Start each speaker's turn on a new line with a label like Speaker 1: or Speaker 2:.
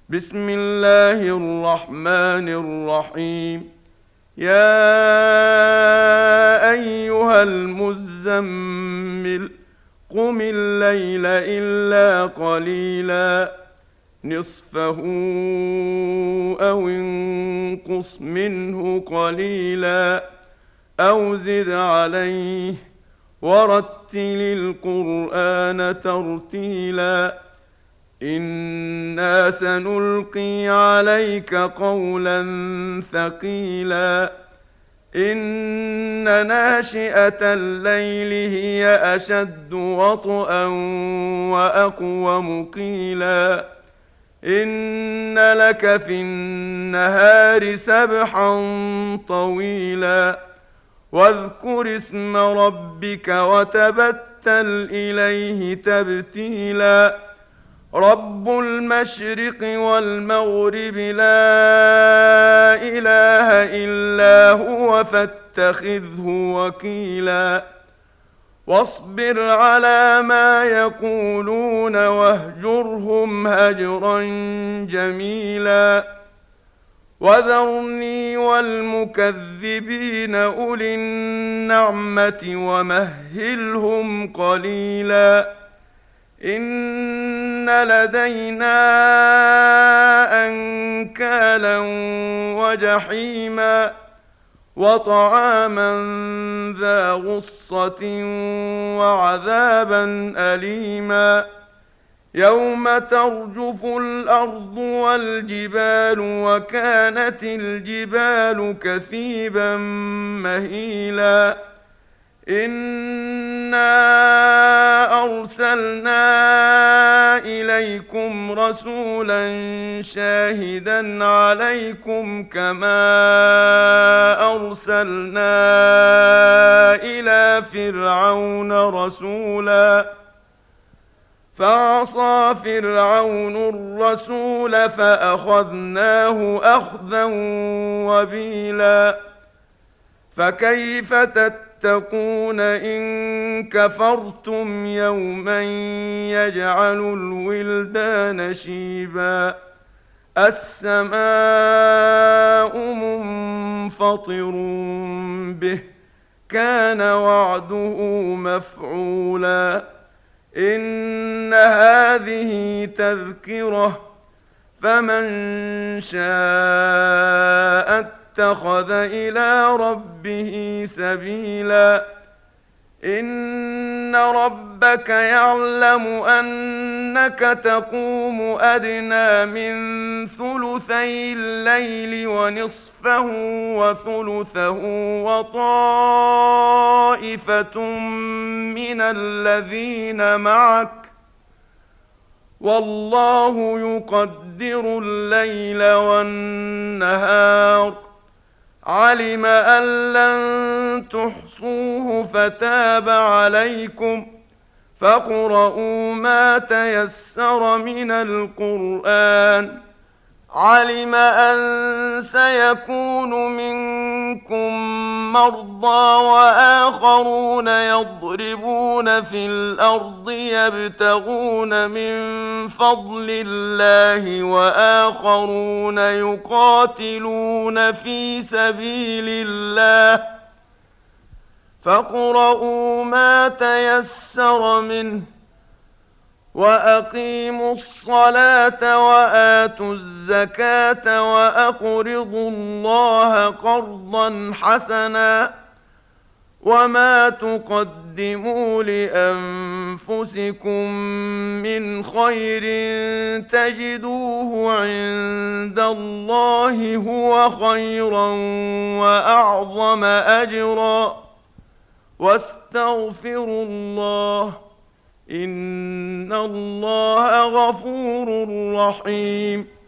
Speaker 1: بسم الله الرحمن الرحيم. يا أيها المزمل قم الليل إلا قليلا نصفه أو انقص منه قليلا أو زد عليه ورتل القرآن ترتيلا إنا سنلقي عليك قولا ثقيلا إن ناشئة الليل هي أشد وطئا وأقوم قيلا إن لك في النهار سبحا طويلا واذكر اسم ربك وتبتل إليه تبتيلا رب المشرق والمغرب لا إله إلا هو فاتخذه وكيلا واصبر على ما يقولون واهجرهم هجرا جميلا وذرني والمكذبين أولي النعمة ومهلهم قليلا إن لدينا أنكالا وجحيما وطعاما ذا غصة وعذابا أليما يوم ترجف الأرض والجبال وكانت الجبال كثيبا مهيلا إنا أرسلنا إليكم رسولا شاهدا عليكم كما أرسلنا إلى فرعون رسولا فعصى فرعون الرسول فأخذناه أخذا وبيلا فكيف تتقون إن كفرتم يوما يجعل الولدان شيبا السماء منفطر به كان وعده مفعولا إن هذه تذكرة فمن شاء اتخذ إلى ربه سبيلا إن ربك يعلم أنك تقوم أدنى من ثلثي الليل ونصفه وثلثه وطائفة من الذين معك والله يقدر الليل والنهار علم أن لن تحصوه فتاب عليكم فاقرؤوا ما تيسر من القرآن علم أن سيكون منكم مرضى وآخرون يضربون في الأرض يبتغون من فضل الله وآخرون يقاتلون في سبيل الله فاقرؤوا ما تيسر منه وأقيموا الصلاة وآتوا الزكاة وأقرضوا الله قرضا حسنا وما تقدموا لأنفسكم من خير تجدوه عند الله هو خيرا وأعظم أجرا واستغفروا الله إن الله غفور رحيم.